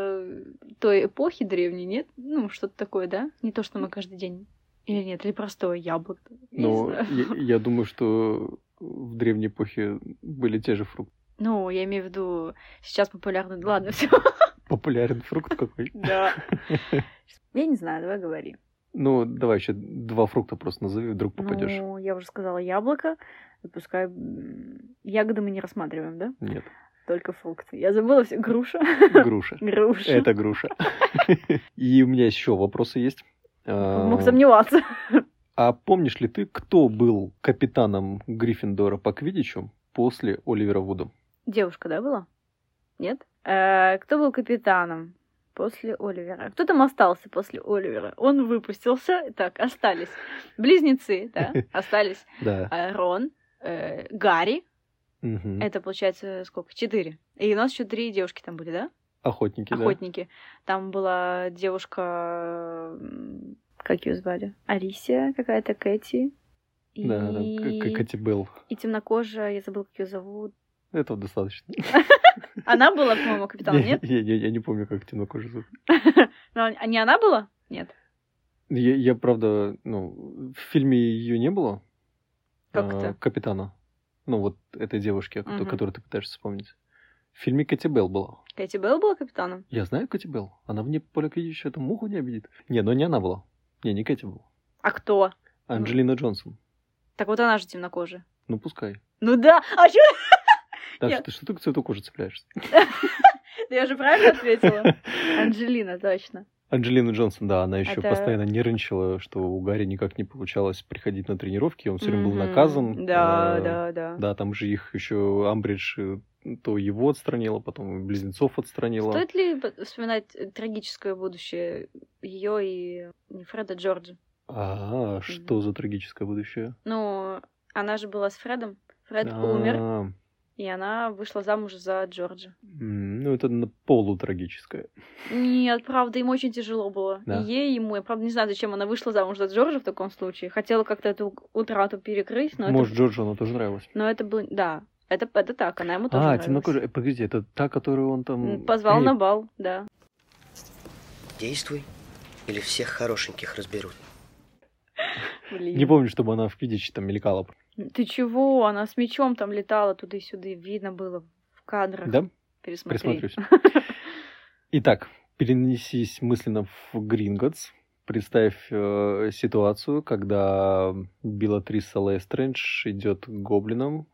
[SPEAKER 1] той эпохи древней, нет? Ну, что-то такое, да? Не то, что мы каждый день. Или нет, или простое яблоко.
[SPEAKER 2] Ну, я думаю, что в древней эпохе были те же фрукты.
[SPEAKER 1] Ну, я имею в виду, сейчас популярный... Ладно, все.
[SPEAKER 2] Популярен фрукт какой?
[SPEAKER 1] Да. Я не знаю, давай говори.
[SPEAKER 2] Ну, давай еще 2 фрукта просто назови, вдруг попадешь.
[SPEAKER 1] Ну, я уже сказала яблоко. Пускай ягоды мы не рассматриваем, да?
[SPEAKER 2] Нет.
[SPEAKER 1] Только фрукты. Я забыла все. Груша.
[SPEAKER 2] Груша.
[SPEAKER 1] Груша.
[SPEAKER 2] Это груша. И у меня еще вопросы есть.
[SPEAKER 1] Мог сомневаться.
[SPEAKER 2] А помнишь ли ты, кто был капитаном Гриффиндора по квиддичу после Оливера Вуда?
[SPEAKER 1] Девушка, да, была? Нет? Кто был капитаном после Оливера? Кто там остался после Оливера? Он выпустился. Так, остались близнецы, да, остались.
[SPEAKER 2] Да.
[SPEAKER 1] Рон, Гарри. Это, получается, сколько? 4. И у нас еще 3 девушки там были, да?
[SPEAKER 2] Охотники,
[SPEAKER 1] Охотники. Там была девушка... Как ее звали? Алисия какая-то, Кэти.
[SPEAKER 2] Да, Кэти Белл.
[SPEAKER 1] И темнокожая, я забыла, как ее зовут.
[SPEAKER 2] Этого достаточно.
[SPEAKER 1] Она была, по-моему, капитаном, нет?
[SPEAKER 2] Я не помню, как темнокожая зовут.
[SPEAKER 1] Но не она была? Нет.
[SPEAKER 2] Я правда, в фильме ее не было.
[SPEAKER 1] Как это?
[SPEAKER 2] Капитана. Ну, вот этой девушки, которую ты пытаешься вспомнить. В фильме Кэти Белл была.
[SPEAKER 1] Кэти Белл была капитаном?
[SPEAKER 2] Я знаю Кэти Белл. Она вне поля квиддича эту муху не обидит. Не, но не она была. Не Кэти была.
[SPEAKER 1] А кто?
[SPEAKER 2] Анджелина Джонсон.
[SPEAKER 1] Так вот она же темнокожая.
[SPEAKER 2] Ну, пускай.
[SPEAKER 1] Ну да, а чё?
[SPEAKER 2] Так, что ты к цвету кожи цепляешься?
[SPEAKER 1] Да я же правильно ответила. Анджелина, точно.
[SPEAKER 2] Анджелина Джонсон, да, она еще постоянно нервничала, что у Гарри никак не получалось приходить на тренировки, он все время был наказан.
[SPEAKER 1] Да.
[SPEAKER 2] Да, там же их еще Амбридж то его отстранила, потом близнецов отстранила.
[SPEAKER 1] Стоит ли вспоминать трагическое будущее ее и Фреда Джорджа?
[SPEAKER 2] Что за трагическое будущее?
[SPEAKER 1] Ну, она же была с Фредом. Фред умер. И она вышла замуж за Джорджа.
[SPEAKER 2] Ну, это полутрагическое.
[SPEAKER 1] Нет, правда, им очень тяжело было.
[SPEAKER 2] Да.
[SPEAKER 1] И ей, и ему. Я, правда, не знаю, зачем она вышла замуж за Джорджа в таком случае. Хотела как-то эту утрату перекрыть, но
[SPEAKER 2] может, Джорджу она тоже нравилась.
[SPEAKER 1] Но это было... Да, это так, она ему тоже нравилась.
[SPEAKER 2] темнокожая. Погоди, это та, которую он там...
[SPEAKER 1] Позвал на бал, да.
[SPEAKER 6] Действуй, или всех хорошеньких разберут.
[SPEAKER 1] Блин.
[SPEAKER 2] Не помню, чтобы она в квиддиче там мелькала.
[SPEAKER 1] Ты чего? Она с мечом там летала туда и сюда, видно было в кадрах.
[SPEAKER 2] Да?
[SPEAKER 1] Пересмотри.
[SPEAKER 2] Присмотрюсь. Итак, перенесись мысленно в Гринготс. Представь ситуацию, когда Белатриса Лестрендж идет к гоблинам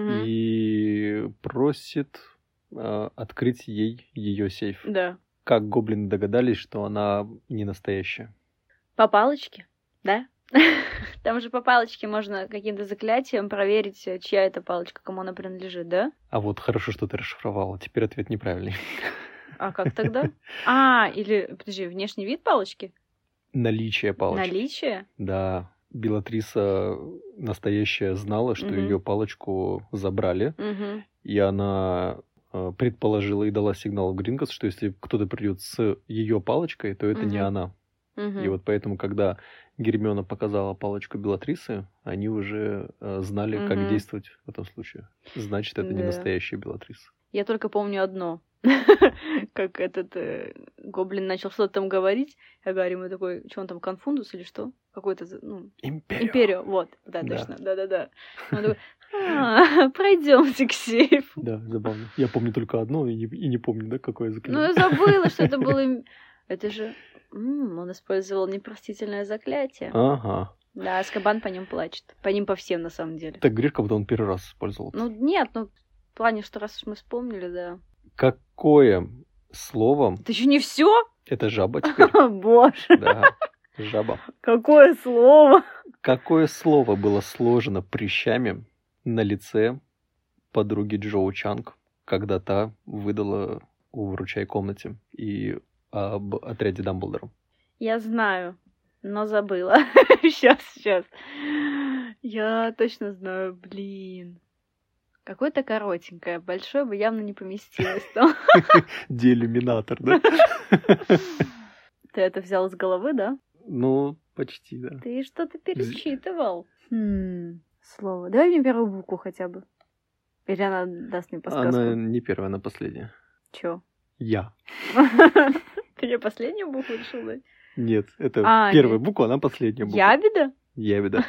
[SPEAKER 2] и просит открыть ей ее сейф.
[SPEAKER 1] Да.
[SPEAKER 2] Как гоблины догадались, что она не настоящая?
[SPEAKER 1] По палочке, да? Там же по палочке можно каким-то заклятием проверить, чья это палочка, кому она принадлежит, да?
[SPEAKER 2] А вот хорошо, что ты расшифровала. Теперь ответ неправильный.
[SPEAKER 1] А как тогда? Или, подожди, внешний вид палочки?
[SPEAKER 2] Наличие палочки.
[SPEAKER 1] Наличие?
[SPEAKER 2] Да. Белатриса настоящая знала, что ее палочку забрали, и она предположила и дала сигнал в Гринготс, что если кто-то придет с ее палочкой, то это не она. И вот поэтому, когда Гермиона показала палочку Белатрисы, они уже знали, как действовать в этом случае. Значит, это не настоящая Белатриса.
[SPEAKER 1] Я только помню одно. Как этот гоблин начал что-то там говорить, а Гарри ему такой, что он там, конфундус или что? Какой-то, Империо. Вот, да, точно, да. Он такой, пройдемте к сейфу.
[SPEAKER 2] Да, забавно. Я помню только одно и не помню, да, какое заклятие.
[SPEAKER 1] Ну, я забыла, что это было... Это же... Он использовал непростительное заклятие.
[SPEAKER 2] Ага.
[SPEAKER 1] Да, Азкабан по ним плачет. По ним по всем, на самом деле.
[SPEAKER 2] Так говоришь, как будто он первый раз использовал.
[SPEAKER 1] Ну, нет, в плане, что раз уж мы вспомнили, да.
[SPEAKER 2] Какое слово...
[SPEAKER 1] Это еще не все?
[SPEAKER 2] Это жаба теперь.
[SPEAKER 1] Боже.
[SPEAKER 2] Да, жаба.
[SPEAKER 1] Какое слово?
[SPEAKER 2] Какое слово было сложено прыщами на лице подруги Джоу Чанг, когда та выдала у «Вручай комнате» и об отряде Дамблдора?
[SPEAKER 1] Я знаю, но забыла. Сейчас. Я точно знаю, блин. Какое-то коротенькое, большое бы явно не поместилось там.
[SPEAKER 2] Делюминатор, да?
[SPEAKER 1] Ты это взял из головы, да?
[SPEAKER 2] Ну, почти, да.
[SPEAKER 1] Ты что-то перечитывал. Слово. Давай мне первую букву хотя бы. Или она даст мне подсказку?
[SPEAKER 2] Она не первая, она последняя.
[SPEAKER 1] Чё?
[SPEAKER 2] Я.
[SPEAKER 1] Ты мне последнюю букву решил дать?
[SPEAKER 2] Нет, это первая буква, она последняя буква.
[SPEAKER 1] Ябеда?
[SPEAKER 2] Ябеда.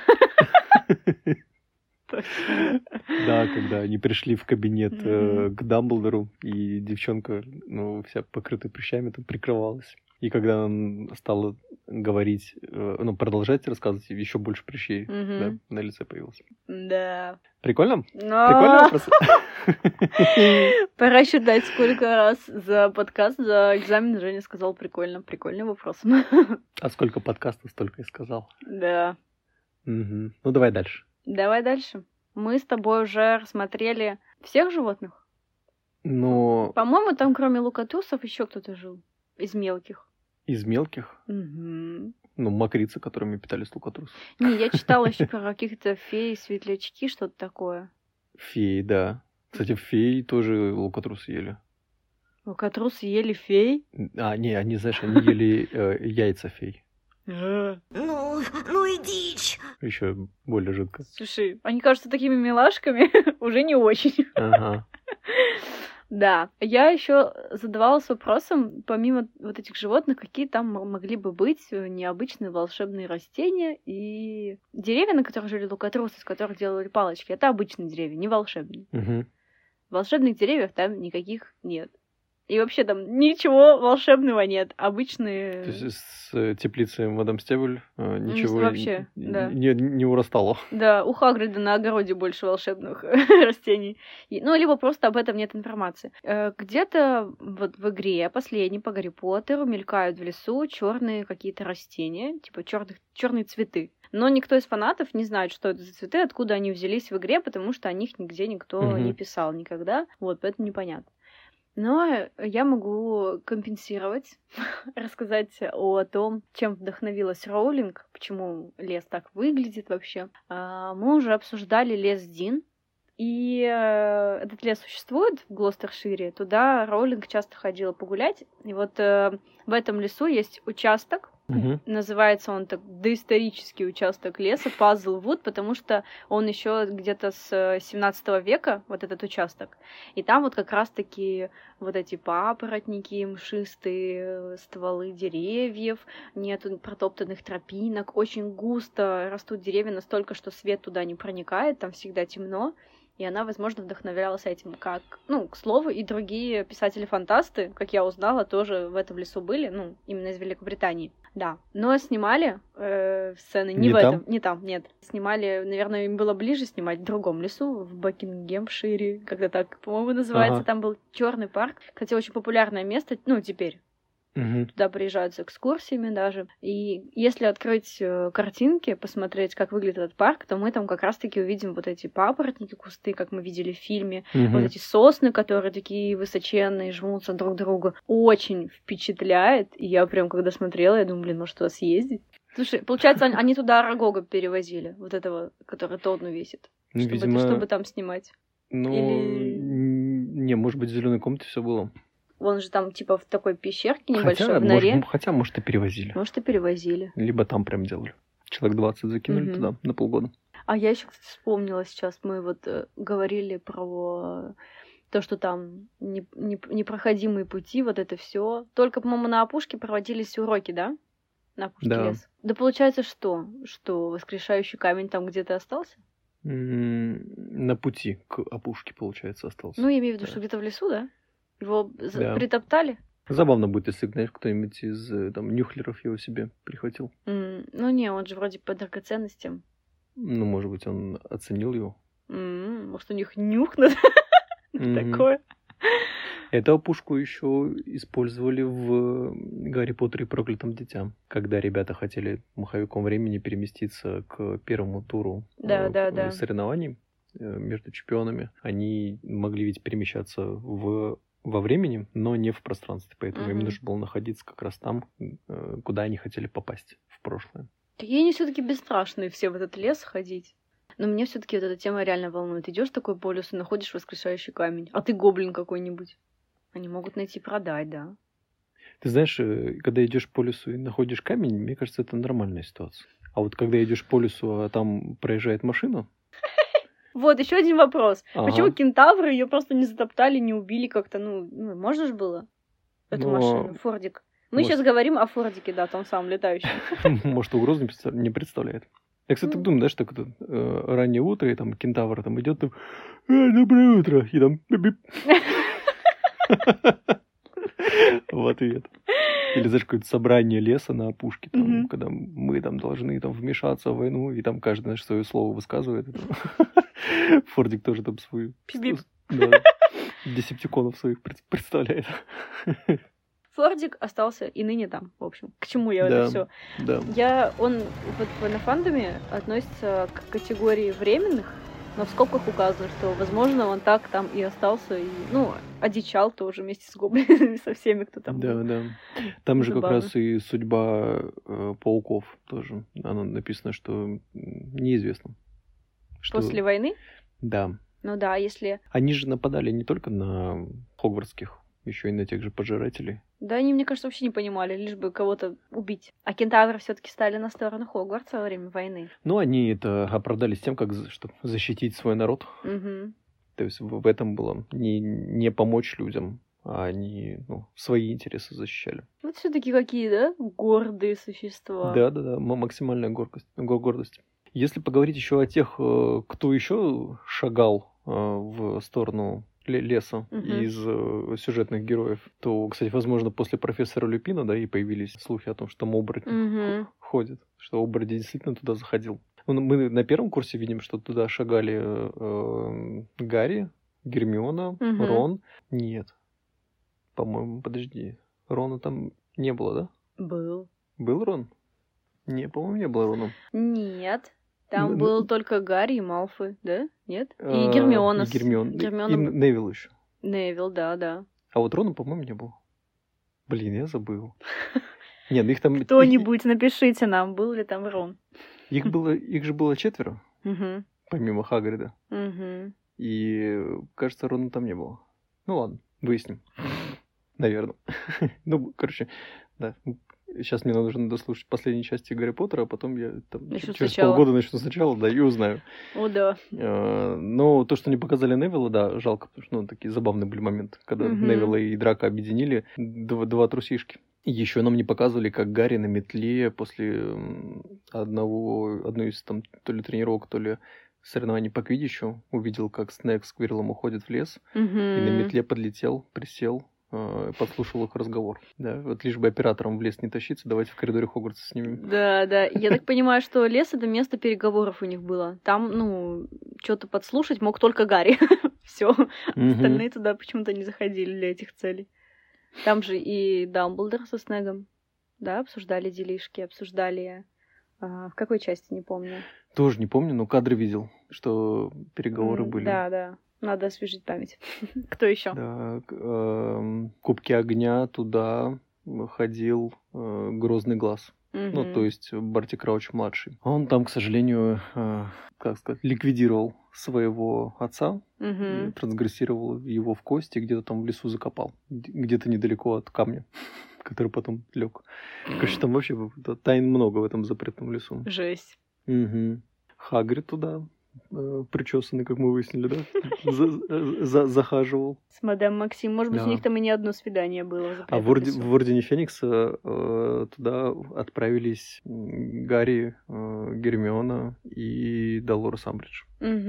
[SPEAKER 2] Да, когда они пришли в кабинет к Дамблдору, и девчонка, вся покрытая прыщами, там прикрывалась. И когда он стал говорить, продолжать рассказывать, еще больше прыщей на лице появилось.
[SPEAKER 1] Да.
[SPEAKER 2] Прикольно? Прикольный вопрос?
[SPEAKER 1] Пора считать, сколько раз за подкаст, за экзамен Женя сказал прикольно. Прикольный вопрос.
[SPEAKER 2] А сколько подкастов, столько и сказал.
[SPEAKER 1] Да.
[SPEAKER 2] Ну, давай дальше.
[SPEAKER 1] Давай дальше. Мы с тобой уже рассмотрели всех животных?
[SPEAKER 2] Но...
[SPEAKER 1] По-моему, там кроме лукатусов еще кто-то жил. Из мелких.
[SPEAKER 2] Из мелких?
[SPEAKER 1] Угу.
[SPEAKER 2] Мокрицы, которыми питались лукатрусы.
[SPEAKER 1] Не, я читала еще про каких-то фей, светлячки, что-то такое.
[SPEAKER 2] Феи, да. Кстати, феи тоже лукатрусы ели.
[SPEAKER 1] Лукатрусы ели фей?
[SPEAKER 2] Не, они, знаешь, они ели яйца фей.
[SPEAKER 3] Ну и дичь.
[SPEAKER 2] Еще более жидко.
[SPEAKER 1] Слушай, они кажутся такими милашками, уже не очень.
[SPEAKER 2] Ага.
[SPEAKER 1] Да, я еще задавалась вопросом, помимо вот этих животных, какие там могли бы быть необычные волшебные растения и деревья, на которых жили лукатрусы, из которых делали палочки. Это обычные деревья, не волшебные.
[SPEAKER 2] Угу.
[SPEAKER 1] Волшебных деревьев там никаких нет. И вообще там ничего волшебного нет. Обычные...
[SPEAKER 2] То есть с теплицы мадам Стебель ничего
[SPEAKER 1] вообще, да.
[SPEAKER 2] не урастало.
[SPEAKER 1] Да, у Хагрида на огороде больше волшебных растений. Либо просто об этом нет информации. Где-то вот в игре последней по Гарри Поттеру мелькают в лесу черные какие-то растения, типа черные цветы. Но никто из фанатов не знает, что это за цветы, откуда они взялись в игре, потому что о них нигде никто не писал никогда. Вот, поэтому непонятно. Но я могу компенсировать, рассказать о том, чем вдохновилась Роулинг, почему лес так выглядит вообще. Мы уже обсуждали лес Дин, и этот лес существует в Глостершире. Туда Роулинг часто ходила погулять. И вот в этом лесу есть участок. Называется он так доисторический участок леса, Пазлвуд, потому что он еще где-то с 17 века, вот этот участок. И там вот как раз-таки вот эти папоротники, мшистые стволы деревьев, нету протоптанных тропинок, очень густо растут деревья настолько, что свет туда не проникает, там всегда темно. И она, возможно, вдохновлялась этим, как, к слову, и другие писатели-фантасты, как я узнала, тоже в этом лесу были, именно из Великобритании. Да, но снимали сцены не в этом, не там, нет. Снимали, наверное, им было ближе снимать в другом лесу, в Бакингемшире, когда так, по-моему, называется. Там был Черный парк. Кстати, очень популярное место, теперь. Туда приезжают с экскурсиями даже. И если открыть картинки, посмотреть, как выглядит этот парк, то мы там как раз-таки увидим вот эти папоротники, кусты, как мы видели в фильме. Вот эти сосны, которые такие высоченные, жмутся друг к другу. Очень впечатляет. И я прям, когда смотрела, я думаю, может туда съездить? Слушай, получается, они туда Арагога перевозили, вот этого, который тонну весит, чтобы там снимать.
[SPEAKER 2] Не, может быть, в зеленой комнате все было.
[SPEAKER 1] Вон же там, типа, в такой пещерке небольшой, в норе.
[SPEAKER 2] Может, и перевозили.
[SPEAKER 1] Может, и перевозили.
[SPEAKER 2] Либо там прям делали. Человек 20 закинули туда на полгода.
[SPEAKER 1] А я еще, кстати, вспомнила сейчас, мы вот говорили про то, что там непроходимые пути, вот это все. Только, по-моему, на опушке проводились уроки, да? На опушке леса. Да получается, что воскрешающий камень там где-то остался?
[SPEAKER 2] На пути к опушке, получается, остался.
[SPEAKER 1] Я имею в виду, что где-то в лесу, да? Его притоптали?
[SPEAKER 2] Забавно будет, если, знаешь, кто-нибудь из нюхлеров его себе прихватил.
[SPEAKER 1] Он же вроде по драгоценностям.
[SPEAKER 2] Может быть, он оценил его.
[SPEAKER 1] Может, у них нюх такое.
[SPEAKER 2] Эту опушку еще использовали в «Гарри Поттере и проклятом дитя», когда ребята хотели маховиком времени переместиться к первому туру соревнований между чемпионами. Они могли ведь перемещаться во времени, но не в пространстве, поэтому им нужно было находиться как раз там, куда они хотели попасть в прошлое.
[SPEAKER 1] Какие они все-таки бесстрашные все в этот лес ходить. Но мне все-таки вот эта тема реально волнует. Идешь такой по лесу, находишь воскрешающий камень, а ты гоблин какой-нибудь. Они могут найти и продать, да.
[SPEAKER 2] Ты знаешь, когда идешь по лесу и находишь камень, мне кажется, это нормальная ситуация. А вот когда идешь по лесу, а там проезжает машина.
[SPEAKER 1] Вот, еще один вопрос. Почему кентавры ее просто не затоптали, не убили как-то? Ну можно же было эту машину, Фордик. Мы сейчас говорим о Фордике, да, том самом летающем.
[SPEAKER 2] Может, угрозу не представляет. Я, кстати, так думаю, знаешь, так это раннее утро, и там кентавр там идет, там, доброе утро, и там... В ответ. Или, знаешь, какое-то собрание леса на опушке, там, когда мы там должны там вмешаться в войну, и там каждый, знаешь, свое слово высказывает. Фордик тоже там свою... Десептиконов своих представляет.
[SPEAKER 1] Фордик остался и ныне там, в общем. К чему я это все? Да. Он вот на фандоме относится к категории временных, но в скобках указано, что, возможно, он так там и остался, и, одичал тоже вместе с гоблинами, со всеми, кто там был.
[SPEAKER 2] Да. Там же как раз и судьба пауков тоже. Оно написано, что неизвестно.
[SPEAKER 1] После войны?
[SPEAKER 2] Да.
[SPEAKER 1] Ну да, если...
[SPEAKER 2] Они же нападали не только на хогвартских, еще и на тех же пожирателей.
[SPEAKER 1] Да, они, мне кажется, вообще не понимали, лишь бы кого-то убить. А кентавры все-таки стали на сторону Хогвартса во время войны.
[SPEAKER 2] Ну, они это оправдались тем, как чтобы защитить свой народ. То есть в этом было не помочь людям, а они свои интересы защищали.
[SPEAKER 1] Вот все-таки какие, да, гордые существа.
[SPEAKER 2] Да, максимальная гордость. Если поговорить еще о тех, кто еще шагал в сторону леса из сюжетных героев, то, кстати, возможно, после профессора Люпина, да, и появились слухи о том, что там оборотни ходят, что оборотень действительно туда заходил. Мы на первом курсе видим, что туда шагали Гарри, Гермиона, Рон. Нет. По-моему, подожди. Рона там не было, да?
[SPEAKER 1] Был.
[SPEAKER 2] Был Рон? Не, по-моему, не было Рона.
[SPEAKER 1] Нет. Там был только Гарри и Малфой, да? Нет? И Гермиона.
[SPEAKER 2] И Невилл еще.
[SPEAKER 1] Невилл, да.
[SPEAKER 2] А вот Рона, по-моему, не был. Блин, я забыл. Нет, их там...
[SPEAKER 1] Кто-нибудь напишите нам, был ли там Рон.
[SPEAKER 2] Их же было 4, помимо Хагрида. И, кажется, Рона там не было. Ну ладно, выясним. Наверное. Да. Сейчас мне нужно дослушать последние части Гарри Поттера, а потом я через полгода начну сначала, да, и узнаю.
[SPEAKER 1] О, да.
[SPEAKER 2] Но то, что не показали Невилла, да, жалко, потому что такие забавные были моменты, когда Невилла и Драко объединили два трусишки. Еще нам не показывали, как Гарри на метле после одной из там то ли тренировок, то ли соревнований по квиддичу увидел, как Снэк с Квирлом уходит в лес, и на метле подлетел, присел, подслушал их разговор. Да, вот лишь бы операторам в лес не тащиться, давайте в коридоре Хогвартса снимем.
[SPEAKER 1] Да. Я так понимаю, что лес — это место переговоров у них было. Там, что-то подслушать мог только Гарри. Все. Остальные туда почему-то не заходили для этих целей. Там же и Дамблдор со Снегом, да, обсуждали делишки, обсуждали... в какой части, не помню.
[SPEAKER 2] Тоже не помню, но кадры видел, что переговоры были.
[SPEAKER 1] Да. Надо освежить память. Кто еще?
[SPEAKER 2] Да, Кубки огня, туда ходил Грозный глаз. То есть Барти Крауч-младший. Он там, к сожалению, ликвидировал своего отца, трансгрессировал его в кости, где-то там в лесу закопал. Где-то недалеко от камня, который потом лег. Короче, там вообще тайн много в этом запретном лесу.
[SPEAKER 1] Жесть.
[SPEAKER 2] Хагрид туда причесанный, как мы выяснили, да? Захаживал.
[SPEAKER 1] С мадам Максим. Может быть, у них там и не одно свидание было.
[SPEAKER 2] А в Ордене Феникса туда отправились Гарри, Гермиона и Долорес Амбридж.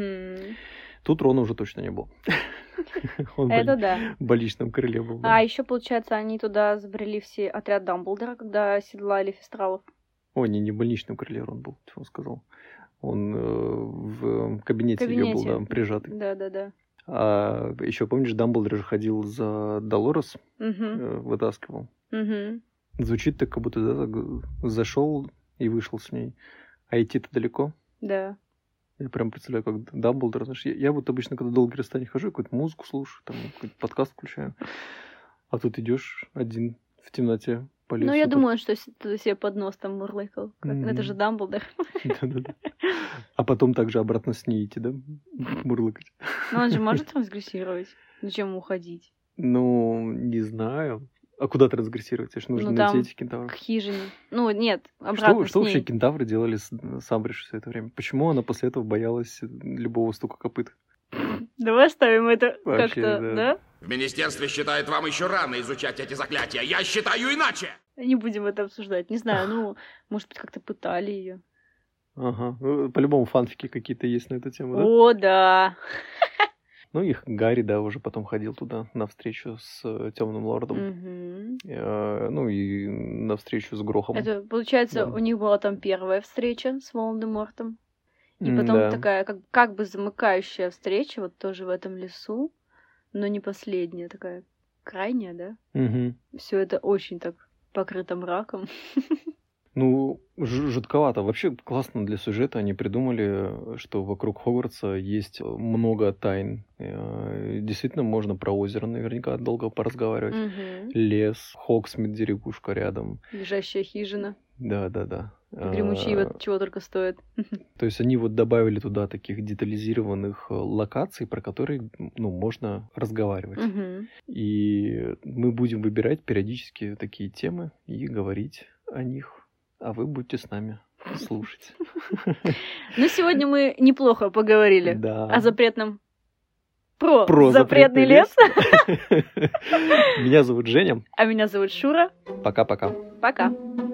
[SPEAKER 2] Тут Рона уже точно не был. Он в больничном крыле был.
[SPEAKER 1] А еще, получается, они туда забрели все отряд Дамблдора, когда седлали фестралов.
[SPEAKER 2] Не в больничном крыле Рон был, что он сказал. Он в кабинете ее был, да, прижатый.
[SPEAKER 1] Да.
[SPEAKER 2] А еще помнишь, Дамблдор же ходил за Долорес, вытаскивал. Звучит так, как будто зашел и вышел с ней. А идти-то далеко?
[SPEAKER 1] Да.
[SPEAKER 2] Я прям представляю, как Дамблдор, знаешь, я вот обычно, когда долгие расстояния хожу, какую-то музыку слушаю, там какой-то подкаст включаю. А тут идешь один в темноте по лесу.
[SPEAKER 1] Ну, я думаю, что ты себе под нос там мурлыкал. Это же Дамблдор.
[SPEAKER 2] Да-да-да. А потом также обратно с ней идти, да? Мурлыкать.
[SPEAKER 1] Ну, он же может трансгрессировать. Зачем ему уходить?
[SPEAKER 2] Ну, не знаю. А куда трансгрессировать? Тебе же нужно найти этих кентавров.
[SPEAKER 1] К хижине. Ну, нет, обратно
[SPEAKER 2] Что вообще кентавры делали с Амбридж все это время? Почему она после этого боялась любого стука копыт?
[SPEAKER 1] Давай оставим это как-то, да?
[SPEAKER 5] В министерстве считают, вам еще рано изучать эти заклятия. Я считаю иначе!
[SPEAKER 1] Не будем это обсуждать. Не знаю, ну, может быть, как-то пытали ее.
[SPEAKER 2] Ага. По-любому фанфики какие-то есть на эту тему, да?
[SPEAKER 1] О, да.
[SPEAKER 2] Ну, их Гарри, да, уже потом ходил туда на встречу с Темным Лордом. Ну, и на встречу с Грохом.
[SPEAKER 1] Это, получается, у них была там первая встреча с Волан-де-Мортом. И потом такая, как бы замыкающая встреча, вот тоже в этом лесу, но не последняя, такая крайняя, да? Все это очень так покрыто мраком.
[SPEAKER 2] Ну, жутковато. Вообще классно для сюжета они придумали, что вокруг Хогвартса есть много тайн. Действительно, можно про озеро наверняка долго поразговаривать. Лес, Хогсмит, деревушка рядом.
[SPEAKER 1] Лежащая хижина.
[SPEAKER 2] Да.
[SPEAKER 1] Гремучие вот чего только стоит.
[SPEAKER 2] То есть они вот добавили туда таких детализированных локаций, про которые, ну, можно разговаривать. И мы будем выбирать периодически такие темы и говорить о них. А вы будете с нами слушать.
[SPEAKER 1] Ну, сегодня мы неплохо поговорили о запретном... Про запретный лес.
[SPEAKER 2] Меня зовут Женя.
[SPEAKER 1] А меня зовут Шура.
[SPEAKER 2] Пока-пока.
[SPEAKER 1] Пока.